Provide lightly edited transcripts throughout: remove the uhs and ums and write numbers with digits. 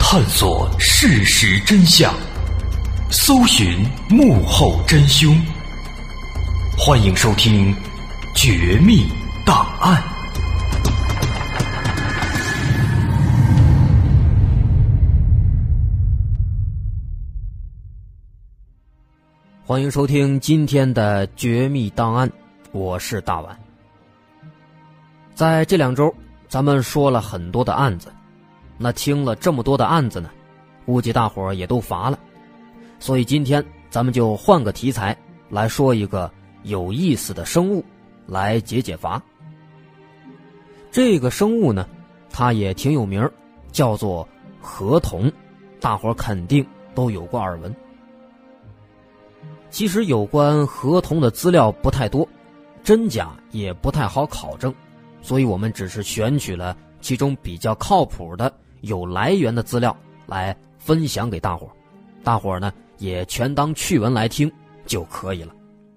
探索事实真相，搜寻幕后真凶。欢迎收听《绝密档案》。 欢迎收听今天的《绝密档案》，我是大碗。在这2周，咱们说了很多的案子，那听了这么多的案子呢，估计大伙儿也都乏了，所以今天咱们就换个题材来说一个有意思的生物，来解解乏。这个生物呢，它也挺有名，叫做河童，大伙儿肯定都有过耳闻。其实有关河童的资料不太多，真假也不太好考证，所以我们只是选取了其中比较靠谱的有来源的资料来分享给大伙儿，大伙儿呢也全当趣闻来听就可以了。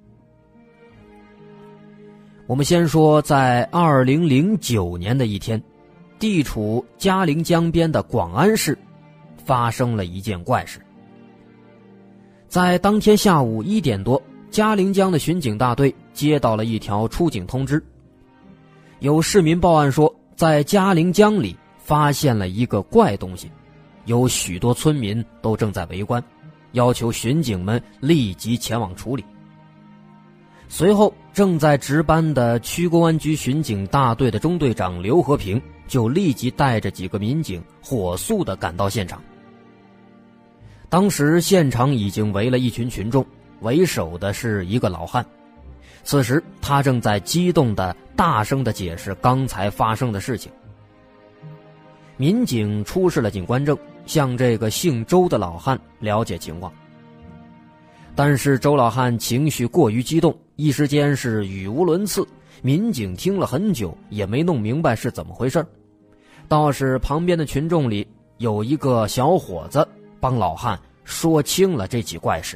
我们先说在2009年的一天，地处嘉陵江边的广安市发生了一件怪事。在当天下午1点多，嘉陵江的巡警大队接到了一条出警通知，有市民报案说在嘉陵江里发现了一个怪东西，有许多村民都正在围观，要求巡警们立即前往处理。随后正在值班的区公安局巡警大队的中队长刘和平就立即带着几个民警火速地赶到现场。当时现场已经围了一群群众，为首的是一个老汉，此时他正在激动地大声地解释刚才发生的事情。民警出示了警官证，向这个姓周的老汉了解情况，但是周老汉情绪过于激动，一时间是语无伦次，民警听了很久也没弄明白是怎么回事。倒是旁边的群众里有一个小伙子帮老汉说清了这起怪事。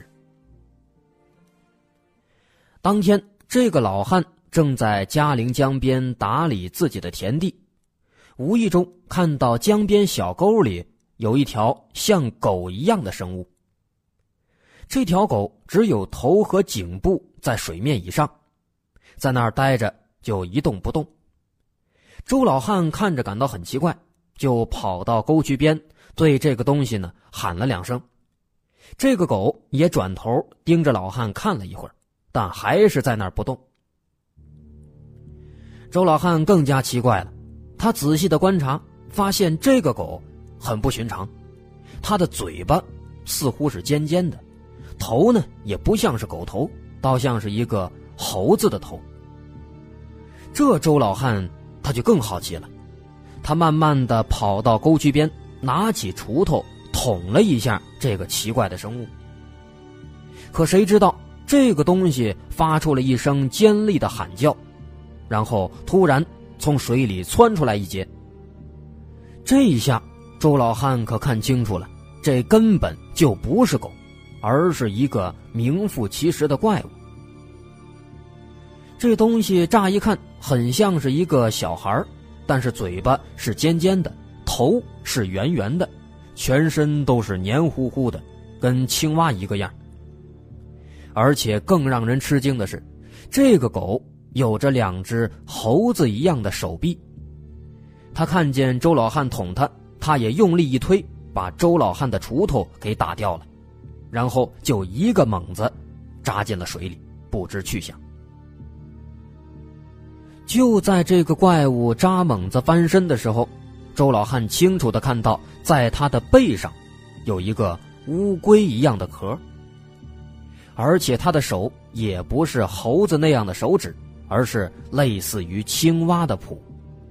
当天这个老汉正在嘉陵江边打理自己的田地，无意中看到江边小沟里有一条像狗一样的生物。这条狗只有头和颈部在水面以上，在那儿待着就一动不动。周老汉看着感到很奇怪，就跑到沟渠边对这个东西呢喊了2声。这个狗也转头盯着老汉看了一会儿，但还是在那儿不动。周老汉更加奇怪了，他仔细的观察，发现这个狗很不寻常，它的嘴巴似乎是尖尖的，头呢也不像是狗头，倒像是一个猴子的头。这周老汉他就更好奇了，他慢慢的跑到沟渠边，拿起锄头捅了一下这个奇怪的生物。可谁知道这个东西发出了一声尖利的喊叫，然后突然从水里窜出来一截。这一下周老汉可看清楚了，这根本就不是狗，而是一个名副其实的怪物。这东西乍一看很像是一个小孩，但是嘴巴是尖尖的，头是圆圆的，全身都是黏糊糊的，跟青蛙一个样。而且更让人吃惊的是，这个狗有着2只猴子一样的手臂。他看见周老汉捅他，他也用力一推，把周老汉的锄头给打掉了，然后就一个猛子扎进了水里，不知去向。就在这个怪物扎猛子翻身的时候，周老汉清楚地看到在他的背上有一个乌龟一样的壳，而且他的手也不是猴子那样的手指，而是类似于青蛙的蹼。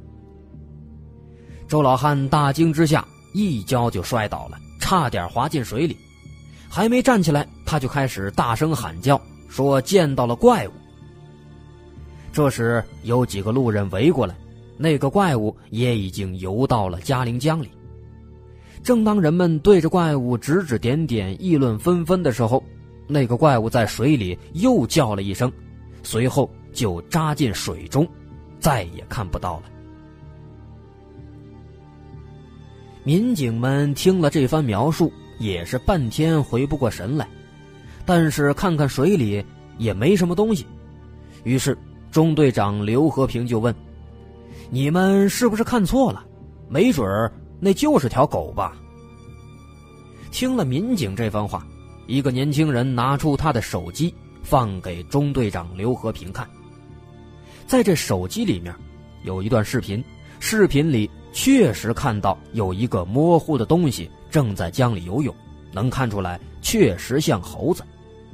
周老汉大惊之下一跤就摔倒了，差点滑进水里。还没站起来，他就开始大声喊叫，说见到了怪物。这时有几个路人围过来，那个怪物也已经游到了嘉陵江里。正当人们对着怪物指指点点议论纷纷的时候，那个怪物在水里又叫了一声，随后就扎进水中，再也看不到了。 民警们听了这番描述，也是半天回不过神来，但是看看水里也没什么东西。于是中队长刘和平就问：你们是不是看错了？没准儿那就是条狗吧。听了民警这番话，一个年轻人拿出他的手机放给中队长刘和平看。在这手机里面有一段视频，视频里确实看到有一个模糊的东西正在江里游泳，能看出来确实像猴子。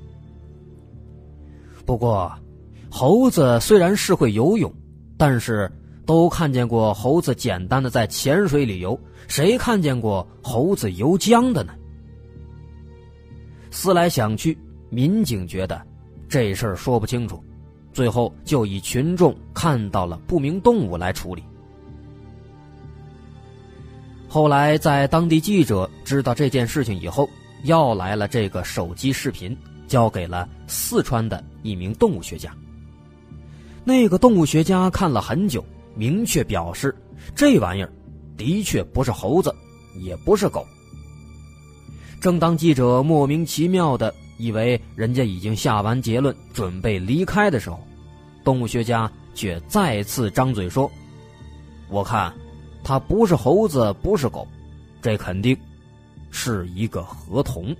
不过猴子虽然是会游泳，但是都看见过猴子简单的在浅水里游，谁看见过猴子游江的呢？思来想去，民警觉得这事儿说不清楚，最后就以群众看到了不明动物来处理。后来在当地记者知道这件事情以后，要来了这个手机视频，交给了四川的一名动物学家。那个动物学家看了很久，明确表示这玩意儿的确不是猴子，也不是狗。正当记者莫名其妙的以为人家已经下完结论准备离开的时候，动物学家却再次张嘴说：我看它不是猴子，不是狗，这肯定是一个河童。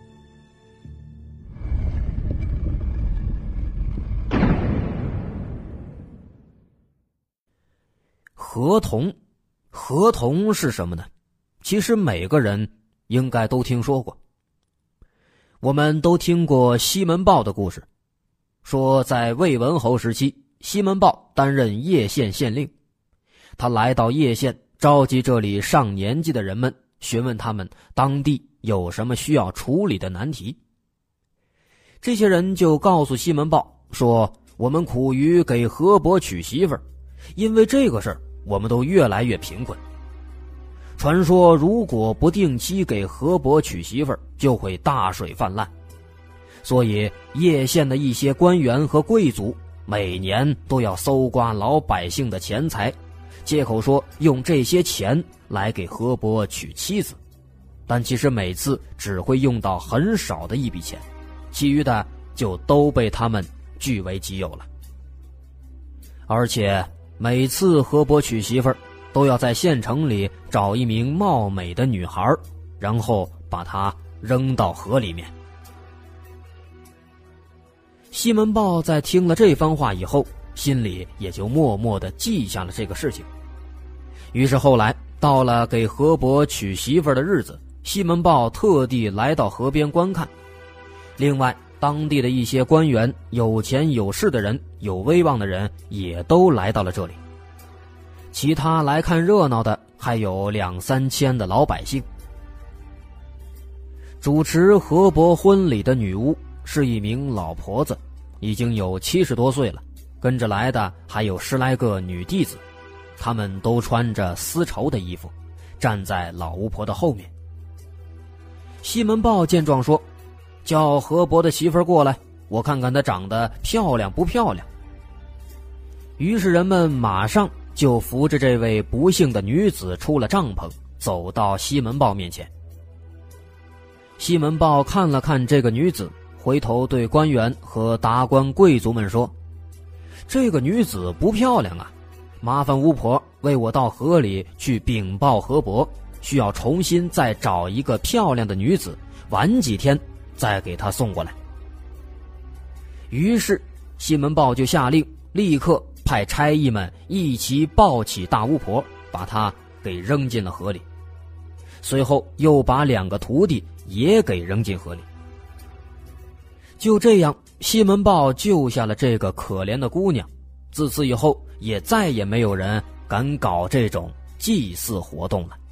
河童，河童是什么呢？其实每个人应该都听说过。我们都听过西门豹的故事，说在魏文侯时期，西门豹担任叶县县令。他来到叶县，召集这里上年纪的人们，询问他们当地有什么需要处理的难题。这些人就告诉西门豹说，我们苦于给河伯娶媳妇儿，因为这个事儿我们都越来越贫困。传说如果不定期给河伯娶媳妇儿，就会大水泛滥，所以叶县的一些官员和贵族每年都要搜刮老百姓的钱财，借口说用这些钱来给河伯娶妻子，但其实每次只会用到很少的一笔钱，其余的就都被他们据为己有了。而且每次河伯娶媳妇儿都要在县城里找一名貌美的女孩，然后把她扔到河里面。西门豹在听了这番话以后，心里也就默默地记下了这个事情。于是后来到了给河伯娶媳妇儿的日子，西门豹特地来到河边观看。另外当地的一些官员、有钱有势的人、有威望的人也都来到了这里。其他来看热闹的还有2、3千的老百姓。主持河伯婚礼的女巫是一名老婆子，已经有70多岁了，跟着来的还有10来个女弟子，她们都穿着丝绸的衣服，站在老巫婆的后面。西门豹见状说，叫河伯的媳妇儿过来，我看看她长得漂亮不漂亮。于是人们马上就扶着这位不幸的女子出了帐篷，走到西门豹面前。西门豹看了看这个女子，回头对官员和达官贵族们说，这个女子不漂亮啊，麻烦巫婆为我到河里去禀报河伯，需要重新再找一个漂亮的女子，晚几天再给她送过来。于是西门豹就下令，立刻派差役们一起抱起大巫婆，把她给扔进了河里，随后又把2个徒弟也给扔进河里。就这样，西门豹救下了这个可怜的姑娘，自此以后也再也没有人敢搞这种祭祀活动了。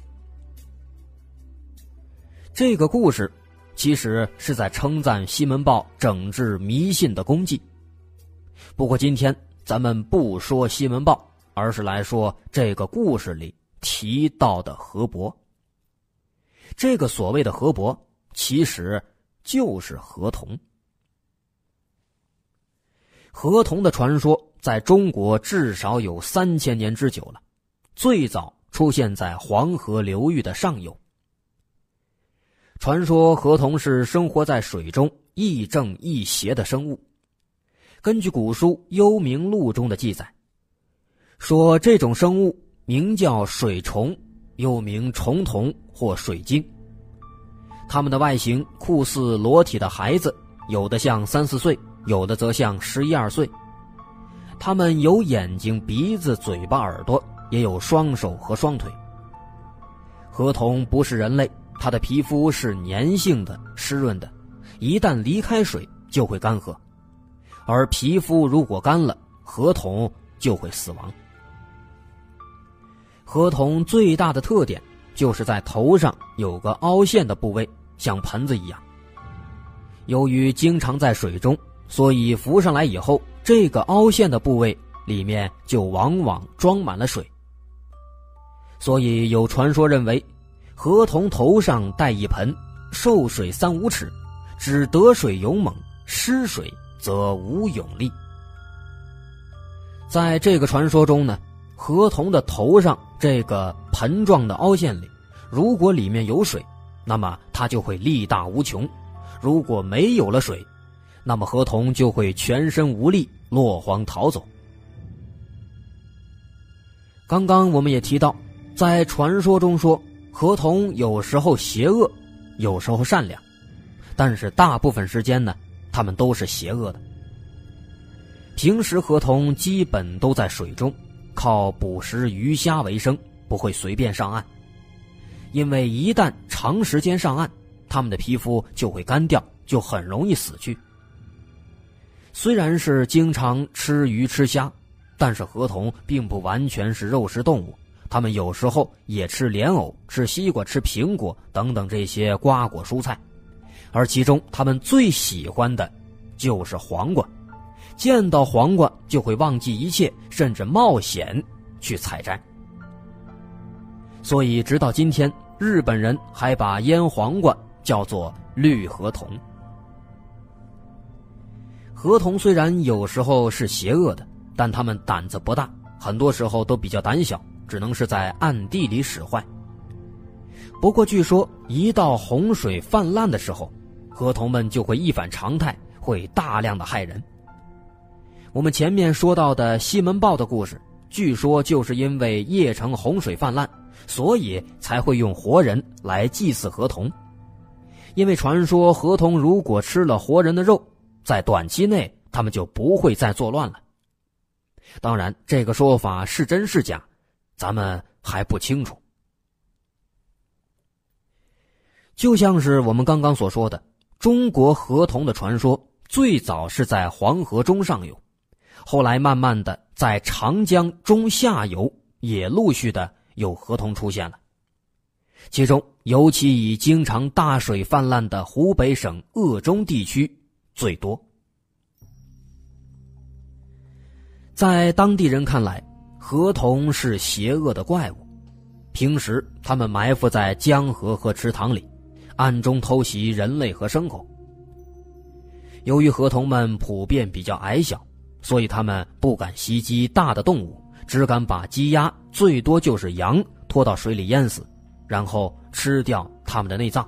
这个故事其实是在称赞西门豹整治迷信的功绩。不过今天咱们不说西门豹，而是来说这个故事里提到的河伯。这个所谓的河伯其实就是河童。河童的传说在中国至少有3000年之久了，最早出现在黄河流域的上游。传说河童是生活在水中亦正亦邪的生物。根据古书《幽冥录》中的记载，说这种生物名叫水虫，又名虫童或水精。它们的外形酷似裸体的孩子，有的像3、4岁，有的则像11、12岁。它们有眼睛、鼻子、嘴巴、耳朵，也有双手和双腿。河童不是人类，它的皮肤是粘性的、湿润的，一旦离开水就会干涸，而皮肤如果干了，河童就会死亡。河童最大的特点就是在头上有个凹陷的部位，像盆子一样。由于经常在水中，所以浮上来以后，这个凹陷的部位里面就往往装满了水。所以有传说认为，河童头上戴一盆，受水3、5尺，只得水勇猛，失水则无勇力。在这个传说中呢，河童的头上这个盆状的凹陷里，如果里面有水，那么它就会力大无穷；如果没有了水，那么河童就会全身无力，落荒逃走。刚刚我们也提到，在传说中说河童有时候邪恶，有时候善良，但是大部分时间呢，他们都是邪恶的。平时河童基本都在水中，靠捕食鱼虾为生，不会随便上岸。因为一旦长时间上岸，它们的皮肤就会干掉，就很容易死去。虽然是经常吃鱼吃虾，但是河童并不完全是肉食动物，它们有时候也吃莲藕、吃西瓜、吃苹果等等这些瓜果蔬菜，而其中它们最喜欢的就是黄瓜，见到黄瓜就会忘记一切，甚至冒险去采摘。所以直到今天，日本人还把腌黄瓜叫做绿河童。河童虽然有时候是邪恶的，但他们胆子不大，很多时候都比较胆小，只能是在暗地里使坏。不过据说一到洪水泛滥的时候，河童们就会一反常态，会大量的害人。我们前面说到的西门豹的故事，据说就是因为邺城洪水泛滥，所以才会用活人来祭祀河童。因为传说河童如果吃了活人的肉，在短期内他们就不会再作乱了。当然这个说法是真是假，咱们还不清楚。就像是我们刚刚所说的，中国河童的传说最早是在黄河中上游，后来慢慢的在长江中下游也陆续的有河童出现了。其中尤其以经常大水泛滥的湖北省鄂中地区最多。在当地人看来，河童是邪恶的怪物，平时他们埋伏在江河和池塘里，暗中偷袭人类和牲口。由于河童们普遍比较矮小，所以他们不敢袭击大的动物，只敢把鸡鸭，最多就是羊拖到水里淹死，然后吃掉它们的内脏。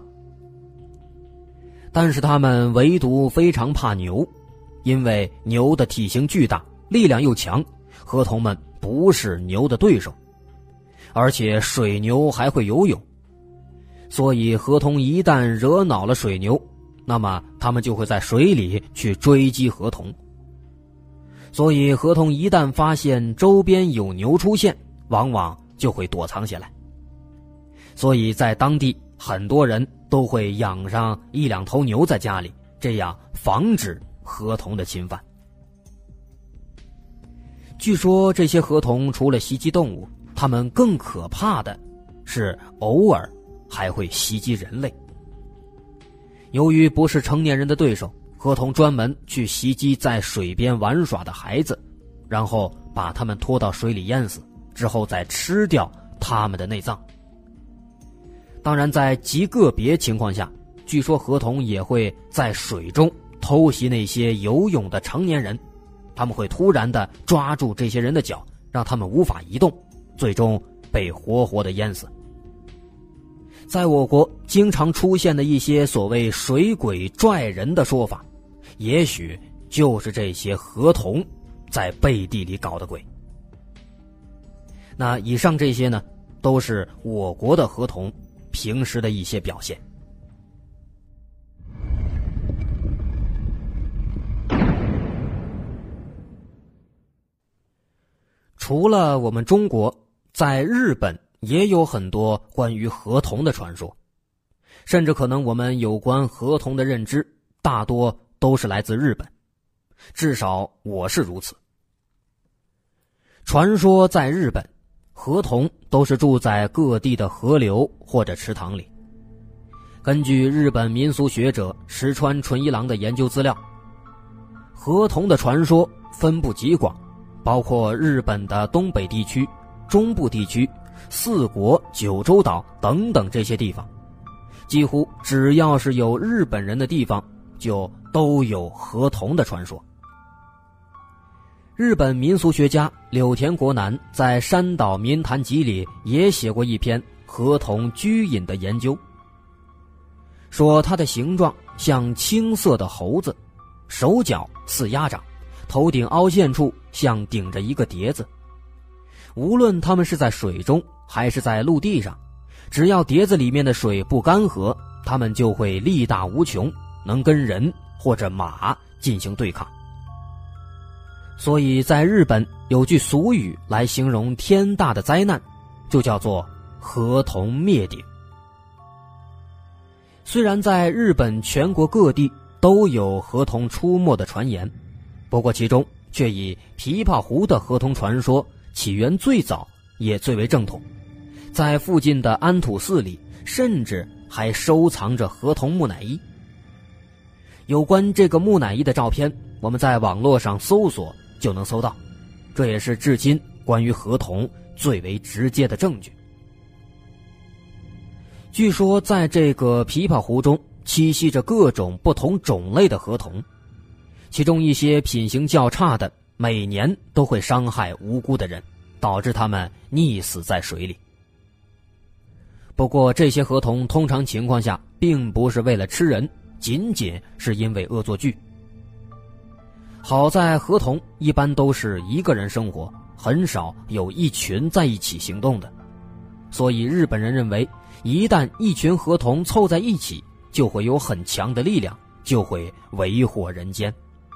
但是他们唯独非常怕牛，因为牛的体型巨大，力量又强，河童们不是牛的对手，而且水牛还会游泳，所以河童一旦惹恼了水牛，那么他们就会在水里去追击河童。所以河童一旦发现周边有牛出现，往往就会躲藏起来。所以在当地很多人都会养上1、2头牛在家里，这样防止河童的侵犯。据说这些河童除了袭击动物，它们更可怕的是偶尔还会袭击人类。由于不是成年人的对手，河童专门去袭击在水边玩耍的孩子，然后把他们拖到水里淹死，之后再吃掉他们的内脏。当然在极个别情况下，据说河童也会在水中偷袭那些游泳的成年人，他们会突然地抓住这些人的脚，让他们无法移动，最终被活活的淹死。在我国经常出现的一些所谓水鬼拽人的说法，也许就是这些河童在背地里搞的鬼。那以上这些呢，都是我国的河童平时的一些表现。除了我们中国，在日本也有很多关于河童的传说，甚至可能我们有关河童的认知大多都是来自日本，至少我是如此。传说在日本，河童都是住在各地的河流或者池塘里。根据日本民俗学者石川纯一郎的研究资料，河童的传说分布极广，包括日本的东北地区、中部地区、四国、九州岛等等这些地方，几乎只要是有日本人的地方，就都有河童的传说。日本民俗学家柳田国男在《山岛民谈集》里也写过一篇河童居隐的研究，说它的形状像青色的猴子，手脚似鸭掌，头顶凹陷处像顶着一个碟子。无论它们是在水中还是在陆地上，只要碟子里面的水不干涸，它们就会力大无穷，能跟人或者马进行对抗。所以在日本有句俗语来形容天大的灾难，就叫做河童灭顶。虽然在日本全国各地都有河童出没的传言，不过其中却以琵琶湖的河童传说起源最早，也最为正统。在附近的安土寺里，甚至还收藏着河童木乃伊。有关这个木乃伊的照片，我们在网络上搜索就能搜到，这也是至今关于河童最为直接的证据。据说在这个琵琶湖中栖息着各种不同种类的河童，其中一些品行较差的，每年都会伤害无辜的人，导致他们溺死在水里。不过这些河童通常情况下并不是为了吃人，仅仅是因为恶作剧。好在河童一般都是一个人生活，很少有一群在一起行动的，所以日本人认为，一旦一群河童凑在一起，就会有很强的力量，就会为祸人间。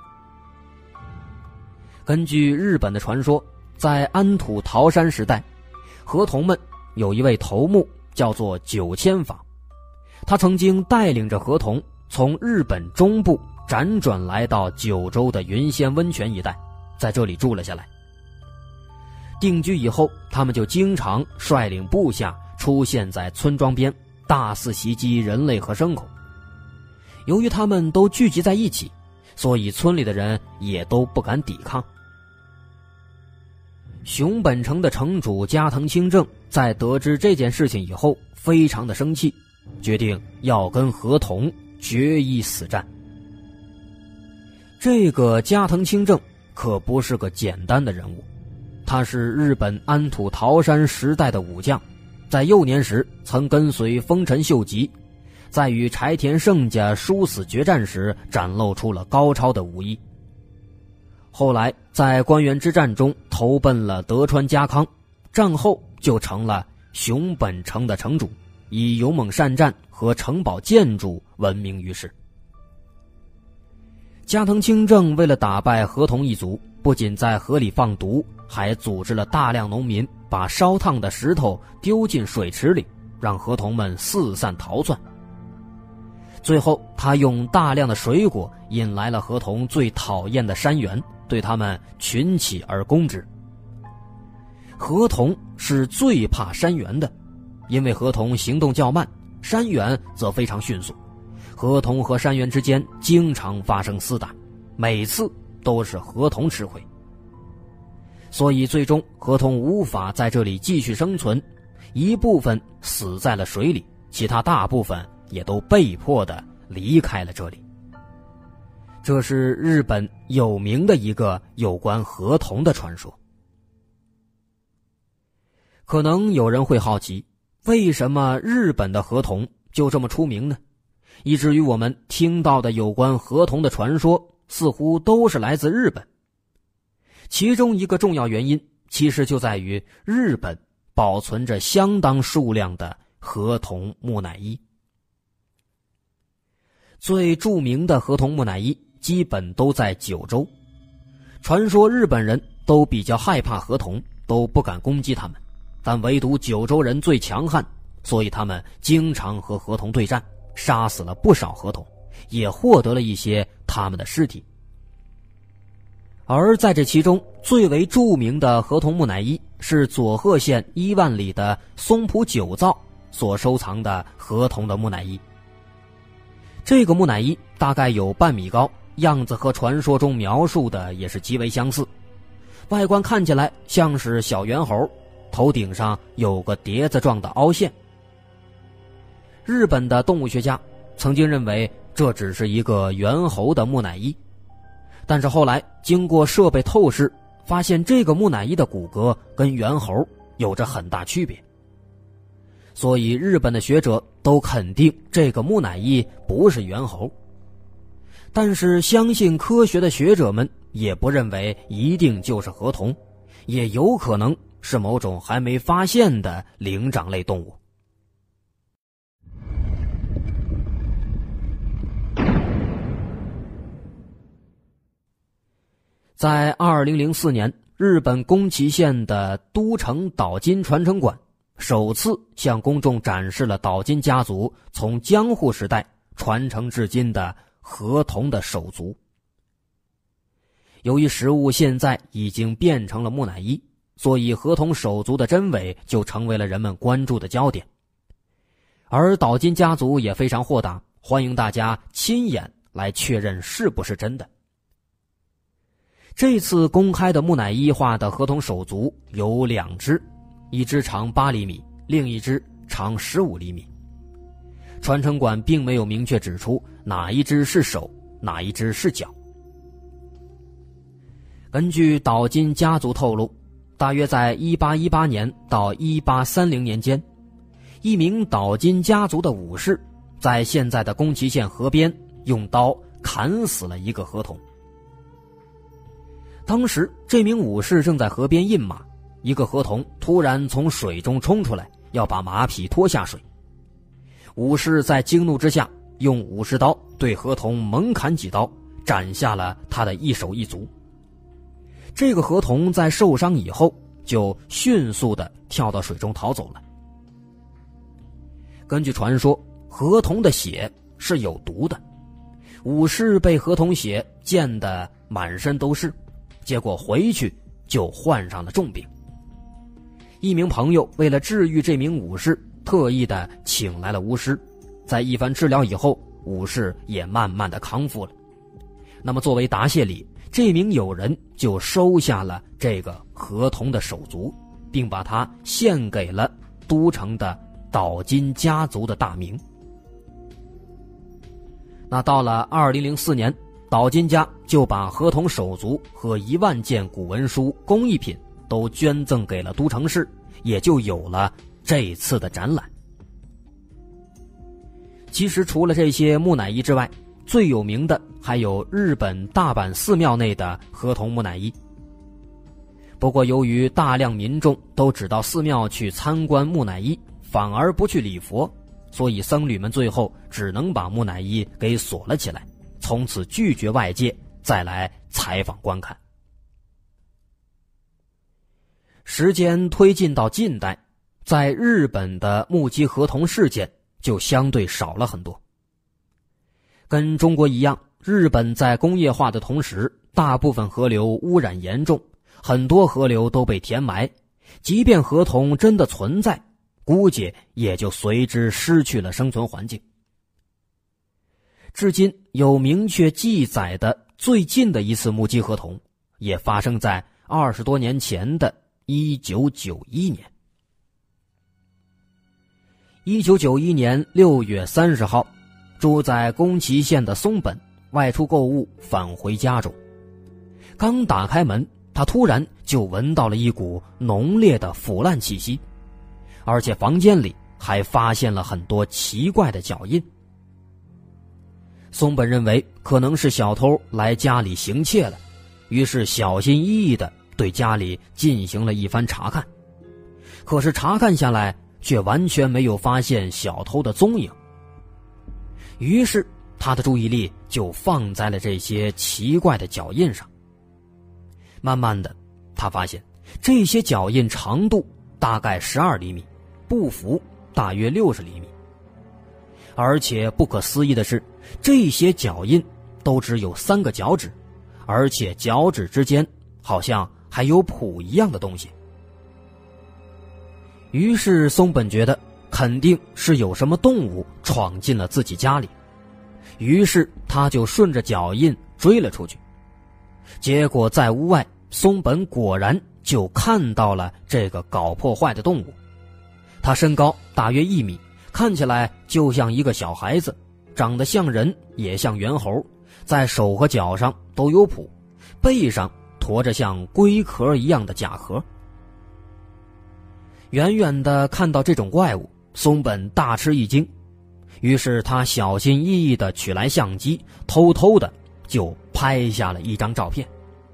根据日本的传说，在安土桃山时代，河童们有一位头目叫做九千坊，他曾经带领着河童从日本中部辗转来到九州的云仙温泉一带，在这里住了下来。定居以后，他们就经常率领部下出现在村庄边，大肆袭击人类和牲口。由于他们都聚集在一起，所以村里的人也都不敢抵抗。熊本城的城主加藤清正在得知这件事情以后，非常的生气，决定要跟河童决一死战。这个加藤清正可不是个简单的人物，他是日本安土桃山时代的武将，在幼年时曾跟随丰臣秀吉，在与柴田胜家殊死决战时展露出了高超的武艺。后来在关原之战中投奔了德川家康，战后就成了熊本城的城主，以勇猛善战和城堡建筑闻名于世。加藤清正为了打败河童一族，不仅在河里放毒，还组织了大量农民把烧烫的石头丢进水池里，让河童们四散逃窜。最后他用大量的水果引来了河童最讨厌的山猿，对他们群起而攻之。河童是最怕山猿的，因为河童行动较慢，山猿则非常迅速，河童和山猿之间经常发生厮打，每次都是河童吃亏。所以最终河童无法在这里继续生存，一部分死在了水里，其他大部分也都被迫的离开了这里。这是日本有名的一个有关河童的传说。 可能有人会好奇，为什么日本的河童就这么出名呢？以至于我们听到的有关河童的传说似乎都是来自日本。其中一个重要原因其实就在于日本保存着相当数量的河童木乃伊。最著名的河童木乃伊基本都在九州，传说日本人都比较害怕河童，都不敢攻击他们，但唯独九州人最强悍，所以他们经常和河童对战，杀死了不少河童，也获得了一些他们的尸体。而在这其中最为著名的河童木乃伊是佐贺县1万里的松浦久造所收藏的河童的木乃伊。这个木乃伊大概有半米高，样子和传说中描述的也是极为相似，外观看起来像是小猿猴，头顶上有个碟子状的凹陷。日本的动物学家曾经认为这只是一个猿猴的木乃伊，但是后来经过设备透视，发现这个木乃伊的骨骼跟猿猴有着很大区别，所以日本的学者都肯定这个木乃伊不是猿猴。但是相信科学的学者们也不认为一定就是河童，也有可能是某种还没发现的灵长类动物。在2004年，日本宫崎县的都城岛津传承馆首次向公众展示了岛津家族从江户时代传承至今的河童的手足。由于实物现在已经变成了木乃伊，所以河童手足的真伪就成为了人们关注的焦点。而岛津家族也非常豁达，欢迎大家亲眼来确认是不是真的。这次公开的木乃伊化的河童手足有2只，一只长8厘米，另一只长15厘米。传承馆并没有明确指出哪一只是手，哪一只是脚。根据岛津家族透露，大约在1818年到1830年间，一名岛津家族的武士在现在的宫崎县河边用刀砍死了一个河童。当时这名武士正在河边饮马，一个河童突然从水中冲出来，要把马匹拖下水。武士在惊怒之下用武士刀对河童猛砍几刀，斩下了他的一手一足。这个河童在受伤以后就迅速地跳到水中逃走了。根据传说，河童的血是有毒的，武士被河童血溅得满身都是，结果回去就患上了重病。一名朋友为了治愈这名武士，特意的请来了巫师，在一番治疗以后，武士也慢慢的康复了。那么作为答谢礼，这名友人就收下了这个河童的手足，并把它献给了都城的岛津家族的大名。那到了2004年，岛津家就把河童手足和1万件古文书工艺品都捐赠给了都城市，也就有了这次的展览。其实除了这些木乃伊之外，最有名的还有日本大阪寺庙内的河童木乃伊。不过由于大量民众都只到寺庙去参观木乃伊，反而不去礼佛，所以僧侣们最后只能把木乃伊给锁了起来，从此拒绝外界再来采访观看。时间推进到近代，在日本的目击河童事件就相对少了很多。跟中国一样，日本在工业化的同时，大部分河流污染严重，很多河流都被填埋，即便河童真的存在，估计也就随之失去了生存环境。至今有明确记载的最近的一次目击河童，也发生在20多年前的1991年。1991年6月30号，住在宫崎县的松本外出购物返回家中，刚打开门，他突然就闻到了一股浓烈的腐烂气息， 而且房间里还发现了很多奇怪的脚印。松本认为可能是小偷来家里行窃了，于是小心翼翼地对家里进行了一番查看。可是查看下来，却完全没有发现小偷的踪影。于是他的注意力就放在了这些奇怪的脚印上。慢慢的，他发现这些脚印长度大概12厘米，步幅大约60厘米。而且不可思议的是，这些脚印都只有3个脚趾，而且脚趾之间好像还有蹼一样的东西。于是松本觉得肯定是有什么动物闯进了自己家里，于是他就顺着脚印追了出去。结果在屋外，松本果然就看到了这个搞破坏的动物。它身高大约1米，看起来就像一个小孩子，长得像人也像猿猴，在手和脚上都有蹼，背上驮着像龟壳一样的甲壳。远远地看到这种怪物，松本大吃一惊，于是他小心翼翼地取来相机，偷偷地就拍下了一张照片。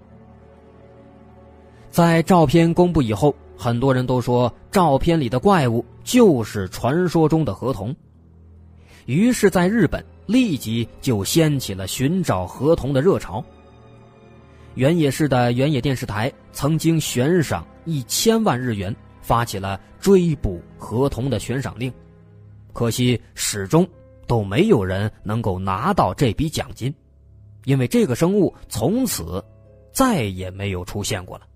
在照片公布以后，很多人都说照片里的怪物就是传说中的河童。于是在日本立即就掀起了寻找河童的热潮。原野市的原野电视台曾经悬赏1000万日元，发起了追捕河童的悬赏令，可惜始终都没有人能够拿到这笔奖金，因为这个生物从此再也没有出现过了。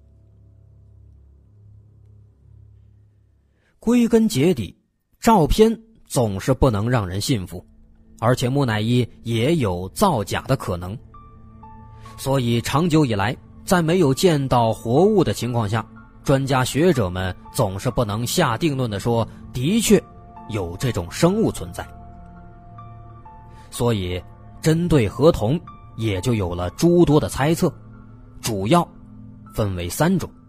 归根结底，照片总是不能让人信服，而且木乃伊也有造假的可能。所以长久以来，在没有见到活物的情况下，专家学者们总是不能下定论地说的确有这种生物存在。所以针对河童也就有了诸多的猜测，主要分为3种。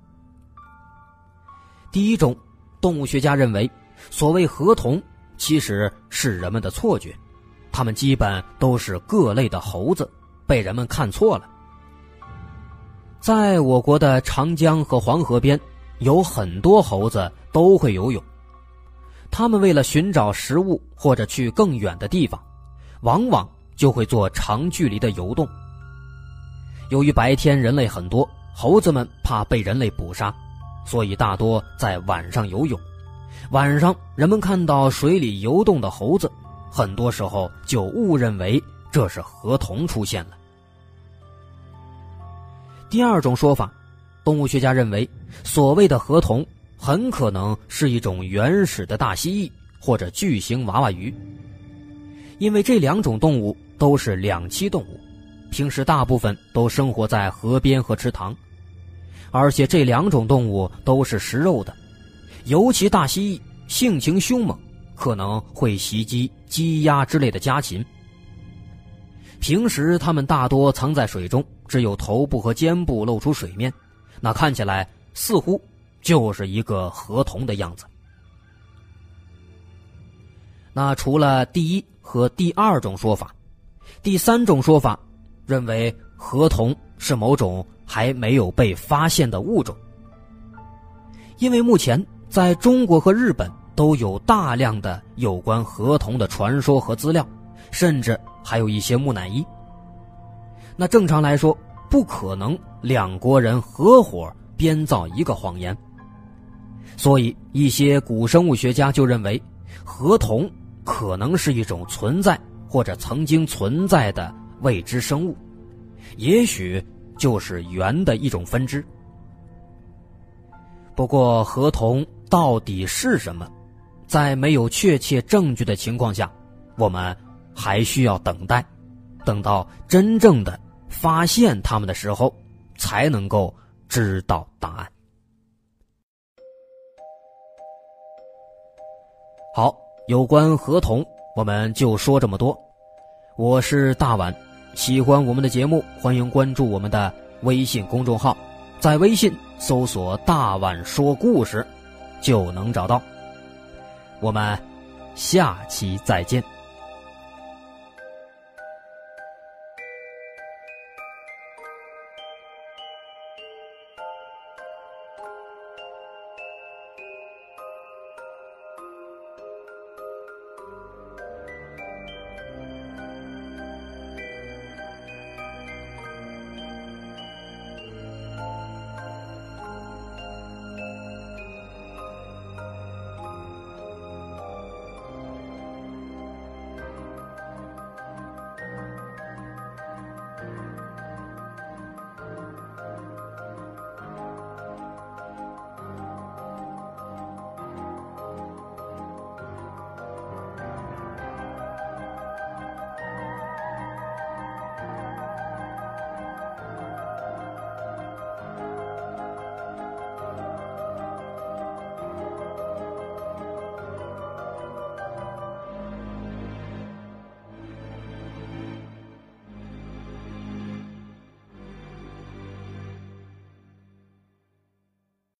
第一种，动物学家认为所谓河童其实是人们的错觉，它们基本都是各类的猴子，被人们看错了。在我国的长江和黄河边，有很多猴子都会游泳，它们为了寻找食物或者去更远的地方，往往就会做长距离的游动。由于白天人类很多，猴子们怕被人类捕杀，所以大多在晚上游泳。晚上人们看到水里游动的猴子，很多时候就误认为这是河童出现了。第二种说法，动物学家认为所谓的河童很可能是一种原始的大蜥蜴或者巨型娃娃鱼。因为这2种动物都是两栖动物，平时大部分都生活在河边和池塘，而且这2种动物都是食肉的，尤其大蜥蜴性情凶猛，可能会袭击鸡鸭之类的家禽。平时它们大多藏在水中，只有头部和肩部露出水面，那看起来似乎就是一个河童的样子。那除了第1和第2种说法，第3种说法认为河童是某种还没有被发现的物种。因为目前在中国和日本都有大量的有关河童的传说和资料，甚至还有一些木乃伊。那正常来说，不可能2国人合伙编造一个谎言。所以一些古生物学家就认为，河童可能是一种存在或者曾经存在的未知生物，也许就是猿的一种分支。不过河童到底是什么，在没有确切证据的情况下，我们还需要等待，等到真正的发现它们的时候，才能够知道答案。好，有关河童我们就说这么多。我是大碗，喜欢我们的节目，欢迎关注我们的微信公众号，在微信搜索大碗说故事就能找到。 我们下期再见。